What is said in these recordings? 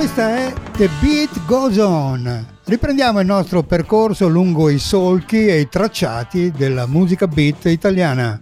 Questa è The Beat Goes On. Riprendiamo il nostro percorso lungo i solchi e i tracciati della musica beat italiana.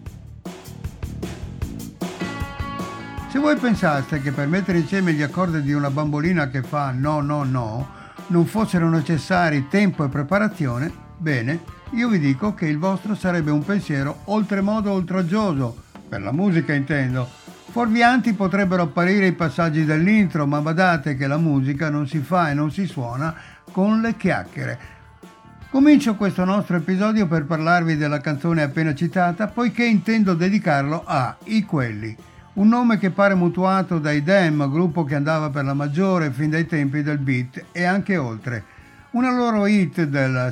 Se voi pensaste che per mettere insieme gli accordi di una bambolina che fa no no no non fossero necessari tempo e preparazione, bene, io vi dico che il vostro sarebbe un pensiero oltremodo oltraggioso, per la musica intendo. Fuorvianti potrebbero apparire i passaggi dell'intro, ma badate che la musica non si fa e non si suona con le chiacchiere. Comincio questo nostro episodio per parlarvi della canzone appena citata, poiché intendo dedicarlo a I Quelli, un nome che pare mutuato dai Dem, gruppo che andava per la maggiore fin dai tempi del beat e anche oltre. Una loro hit del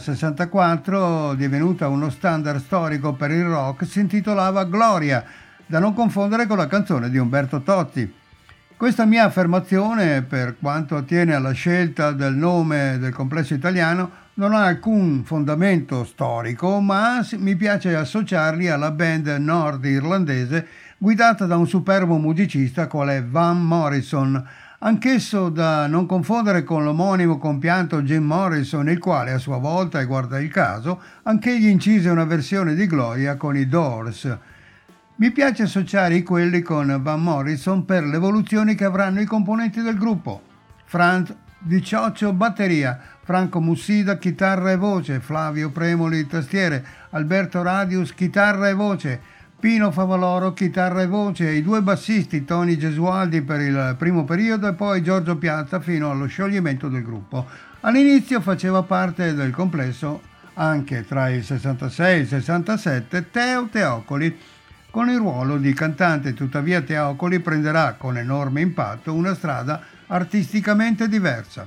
64, divenuta uno standard storico per il rock, si intitolava Gloria, da non confondere con la canzone di Umberto Tozzi. Questa mia affermazione, per quanto attiene alla scelta del nome del complesso italiano, non ha alcun fondamento storico, ma mi piace associarli alla band nord-irlandese guidata da un superbo musicista quale Van Morrison, anch'esso da non confondere con l'omonimo compianto Jim Morrison, il quale a sua volta, e guarda il caso, anch'egli incise una versione di Gloria con i Doors. Mi piace associare I Quelli con Van Morrison per le evoluzioni che avranno i componenti del gruppo. Franz Di Cioccio batteria, Franco Mussida chitarra e voce, Flavio Premoli tastiere, Alberto Radius chitarra e voce, Pino Favaloro chitarra e voce, i due bassisti Tony Gesualdi per il primo periodo e poi Giorgio Piazza fino allo scioglimento del gruppo. All'inizio faceva parte del complesso, anche tra il 66 e il 67, Teo Teocoli, con il ruolo di cantante. Tuttavia Teocoli prenderà con enorme impatto una strada artisticamente diversa.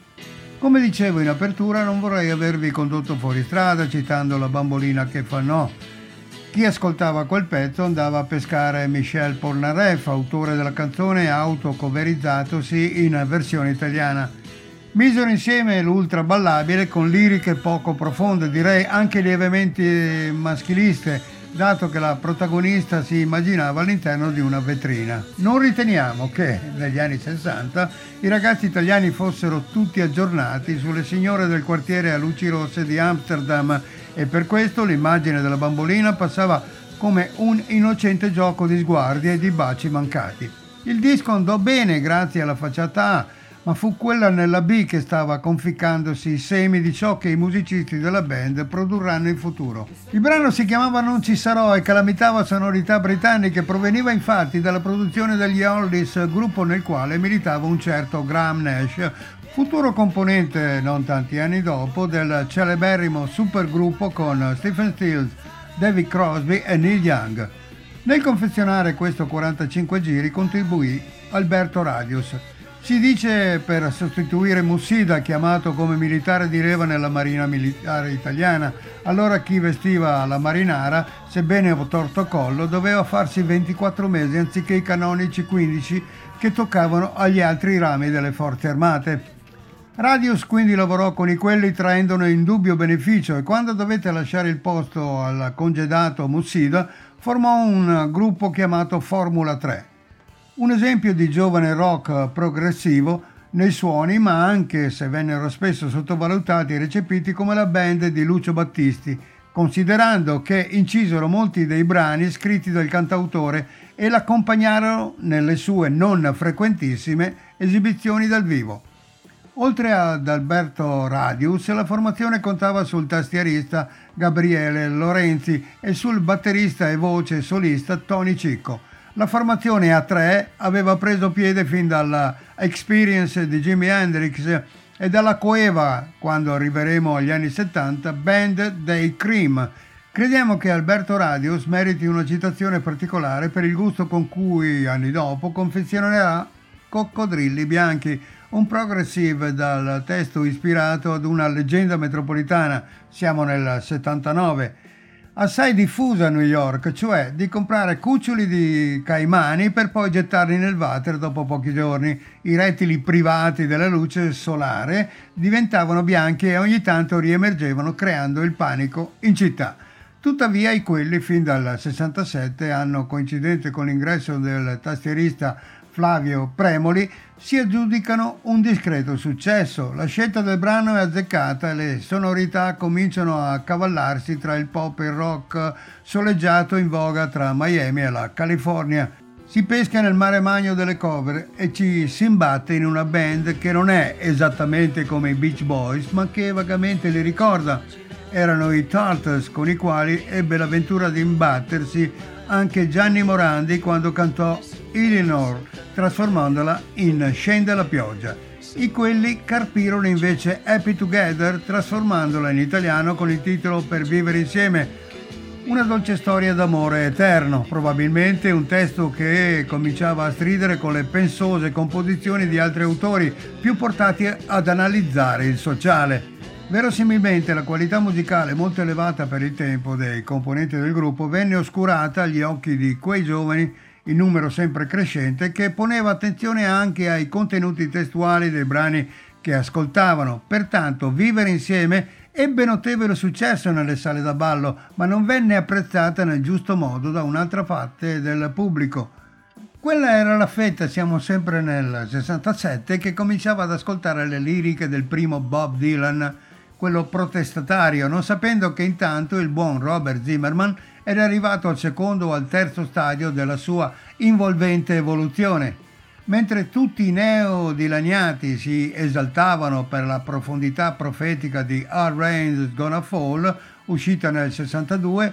Come dicevo in apertura, non vorrei avervi condotto fuori strada citando la bambolina che fa no. Chi ascoltava quel pezzo andava a pescare Michel Polnareff, autore della canzone autocoverizzatosi in versione italiana. Misero insieme l'ultra ballabile con liriche poco profonde, direi anche lievemente maschiliste, dato che la protagonista si immaginava all'interno di una vetrina. Non riteniamo che, negli anni 60, i ragazzi italiani fossero tutti aggiornati sulle signore del quartiere a luci rosse di Amsterdam e per questo l'immagine della bambolina passava come un innocente gioco di sguardi e di baci mancati. Il disco andò bene grazie alla facciata A, ma fu quella nella B che stava conficcandosi i semi di ciò che i musicisti della band produrranno in futuro. Il brano si chiamava Non ci sarò e calamitava sonorità britanniche, proveniva infatti dalla produzione degli Hollies, gruppo nel quale militava un certo Graham Nash, futuro componente non tanti anni dopo del celeberrimo supergruppo con Stephen Stills, David Crosby e Neil Young. Nel confezionare questo 45 giri contribuì Alberto Radius. Si dice per sostituire Mussida, chiamato come militare di leva nella Marina Militare Italiana. Allora chi vestiva la marinara, sebbene a torto collo, doveva farsi 24 mesi anziché i canonici 15 che toccavano agli altri rami delle forze armate. Radius quindi lavorò con I Quelli traendone indubbio beneficio e quando dovette lasciare il posto al congedato Mussida formò un gruppo chiamato Formula 3. Un esempio di giovane rock progressivo nei suoni, ma anche, se vennero spesso sottovalutati e recepiti, come la band di Lucio Battisti, considerando che incisero molti dei brani scritti dal cantautore e l'accompagnarono nelle sue non frequentissime esibizioni dal vivo. Oltre ad Alberto Radius, la formazione contava sul tastierista Gabriele Lorenzi e sul batterista e voce solista Tony Cicco. La formazione a tre aveva preso piede fin dalla Experience di Jimi Hendrix e dalla coeva, quando arriveremo agli anni 70, band dei Cream. Crediamo che Alberto Radius meriti una citazione particolare per il gusto con cui, anni dopo, confezionerà Coccodrilli Bianchi, un progressive dal testo ispirato ad una leggenda metropolitana, siamo nel 79, assai diffusa a New York, cioè di comprare cuccioli di caimani per poi gettarli nel water dopo pochi giorni. I rettili privati della luce solare diventavano bianchi e ogni tanto riemergevano creando il panico in città. Tuttavia I Quelli fin dal 67, anno coincidente con l'ingresso del tastierista Flavio Premoli, si aggiudicano un discreto successo. La scelta del brano è azzeccata e le sonorità cominciano a cavallarsi tra il pop e il rock soleggiato in voga tra Miami e la California. Si pesca nel mare magno delle cover e ci si imbatte in una band che non è esattamente come i Beach Boys, ma che vagamente li ricorda. Erano i Turtles, con i quali ebbe l'avventura di imbattersi anche Gianni Morandi quando cantò Eleanor, trasformandola in Scende la pioggia. I quelli carpirono invece Happy Together, trasformandola in italiano con il titolo Per vivere insieme. Una dolce storia d'amore eterno, probabilmente un testo che cominciava a stridere con le pensose composizioni di altri autori più portati ad analizzare il sociale. Verosimilmente la qualità musicale molto elevata per il tempo dei componenti del gruppo venne oscurata agli occhi di quei giovani, in numero sempre crescente, che poneva attenzione anche ai contenuti testuali dei brani che ascoltavano. Pertanto Vivere insieme ebbe notevole successo nelle sale da ballo, ma non venne apprezzata nel giusto modo da un'altra parte del pubblico. Quella era la fetta, siamo sempre nel 67, che cominciava ad ascoltare le liriche del primo Bob Dylan, quello protestatario, non sapendo che intanto il buon Robert Zimmerman era arrivato al secondo o al terzo stadio della sua involvente evoluzione. Mentre tutti i neodilaniati si esaltavano per la profondità profetica di Our Rain's Gonna Fall, uscita nel 62,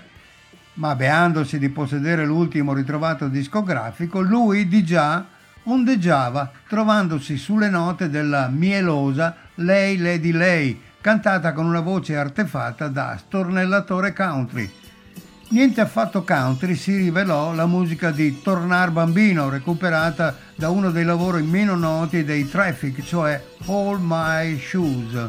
ma beandosi di possedere l'ultimo ritrovato discografico, lui di già ondeggiava, trovandosi sulle note della mielosa Lei Lady Lei, cantata con una voce artefatta da stornellatore country. Niente affatto country si rivelò la musica di Tornar Bambino, recuperata da uno dei lavori meno noti dei Traffic, cioè All My Shoes.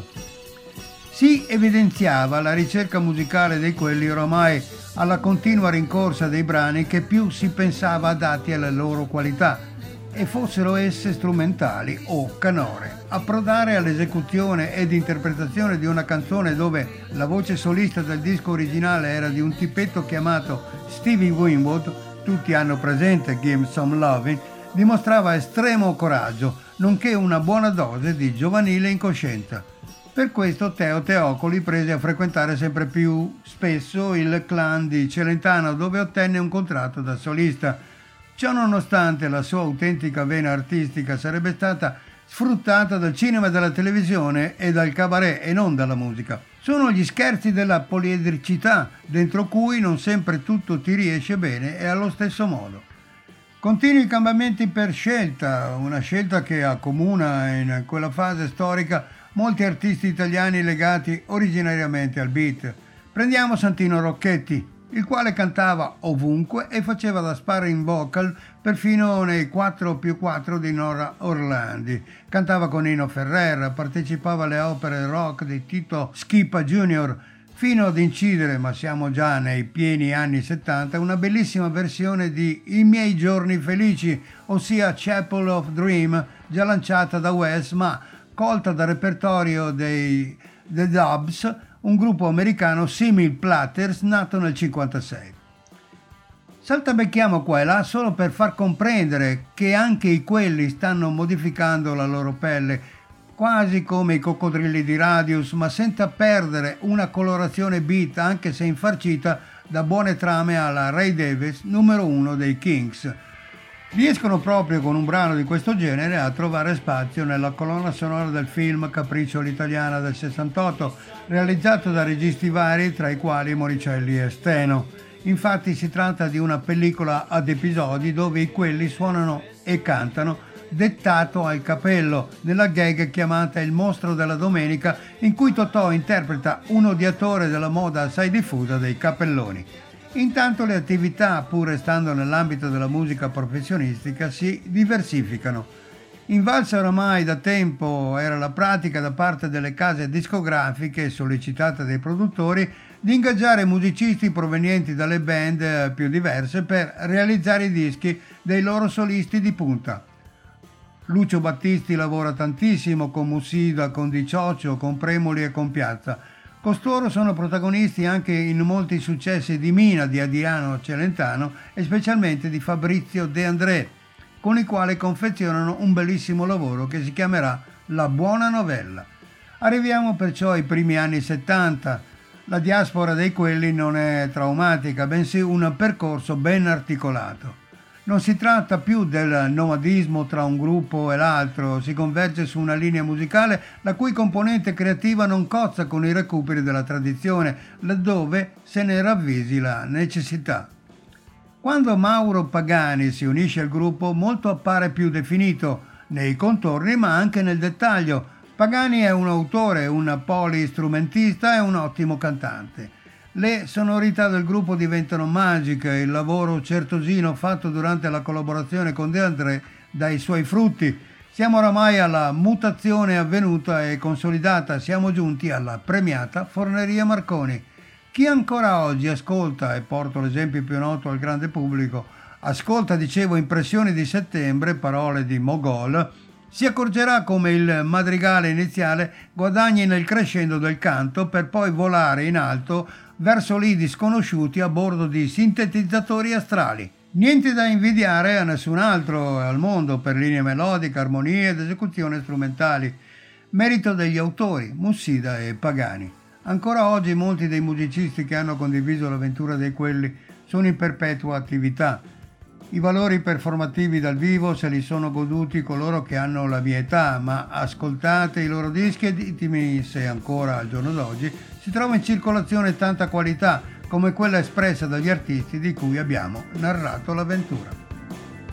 Si evidenziava la ricerca musicale di quelli oramai alla continua rincorsa dei brani che più si pensava adatti alle loro qualità, e fossero esse strumentali o canore. Approdare all'esecuzione ed interpretazione di una canzone dove la voce solista del disco originale era di un tipetto chiamato Stevie Winwood, tutti hanno presente Give Some Lovin', dimostrava estremo coraggio, nonché una buona dose di giovanile incoscienza. Per questo Teo Teocoli prese a frequentare sempre più spesso il clan di Celentano, dove ottenne un contratto da solista. Ciò nonostante, la sua autentica vena artistica sarebbe stata sfruttata dal cinema e dalla televisione e dal cabaret e non dalla musica. Sono gli scherzi della poliedricità, dentro cui non sempre tutto ti riesce bene e allo stesso modo. Continui cambiamenti per scelta, una scelta che accomuna in quella fase storica molti artisti italiani legati originariamente al beat. Prendiamo Santino Rocchetti, il quale cantava ovunque e faceva da sparring vocal perfino nei 4+4 di Nora Orlandi. Cantava con Nino Ferrer, partecipava alle opere rock di Tito Schipa Jr., fino ad incidere, ma siamo già nei pieni anni 70, una bellissima versione di I miei giorni felici, ossia Chapel of Dream, già lanciata da Wes, ma colta dal repertorio dei The Dubs, un gruppo americano simil Platters nato nel 1956. Saltabecchiamo qua e là solo per far comprendere che anche i quelli stanno modificando la loro pelle, quasi come i coccodrilli di Radius, ma senza perdere una colorazione beat, anche se infarcita da buone trame alla Ray Davies, numero 1 dei Kings. Riescono proprio con un brano di questo genere a trovare spazio nella colonna sonora del film Capriccio all'italiana del 68, realizzato da registi vari, tra i quali Moricelli e Steno. Infatti si tratta di una pellicola ad episodi dove i quelli suonano e cantano dettato al capello, nella gag chiamata Il mostro della domenica, in cui Totò interpreta un odiatore della moda assai diffusa dei cappelloni. Intanto le attività, pur restando nell'ambito della musica professionistica, si diversificano. Invalsa oramai da tempo era la pratica da parte delle case discografiche, sollecitata dai produttori, di ingaggiare musicisti provenienti dalle band più diverse per realizzare i dischi dei loro solisti di punta. Lucio Battisti lavora tantissimo con Mussida, con Di Cioccio, con Premoli e con Piazza. Costoro sono protagonisti anche in molti successi di Mina, di Adriano Celentano e specialmente di Fabrizio De André. con i quali confezionano un bellissimo lavoro che si chiamerà La Buona Novella. Arriviamo perciò ai primi anni 70. La diaspora dei Quelli non è traumatica, bensì un percorso ben articolato. Non si tratta più del nomadismo tra un gruppo e l'altro, si converge su una linea musicale la cui componente creativa non cozza con i recuperi della tradizione, laddove se ne ravvisi la necessità. Quando Mauro Pagani si unisce al gruppo, molto appare più definito nei contorni ma anche nel dettaglio. Pagani è un autore, un polistrumentista e un ottimo cantante. Le sonorità del gruppo diventano magiche, il lavoro certosino fatto durante la collaborazione con De André dà i suoi frutti. Siamo oramai alla mutazione avvenuta e consolidata, siamo giunti alla premiata Forneria Marconi. Chi ancora oggi ascolta, e porto l'esempio più noto al grande pubblico, ascolta, dicevo, Impressioni di settembre, parole di Mogol, si accorgerà come il madrigale iniziale guadagni nel crescendo del canto per poi volare in alto verso lidi sconosciuti a bordo di sintetizzatori astrali. Niente da invidiare a nessun altro al mondo per linee melodiche, armonie ed esecuzioni strumentali. Merito degli autori, Mussida e Pagani. Ancora oggi molti dei musicisti che hanno condiviso l'avventura dei Quelli sono in perpetua attività. I valori performativi dal vivo se li sono goduti coloro che hanno la mia età, ma ascoltate i loro dischi e ditemi se ancora al giorno d'oggi si trova in circolazione tanta qualità come quella espressa dagli artisti di cui abbiamo narrato l'avventura.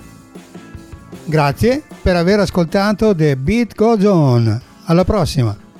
Grazie per aver ascoltato The Beat Goes On. Alla prossima!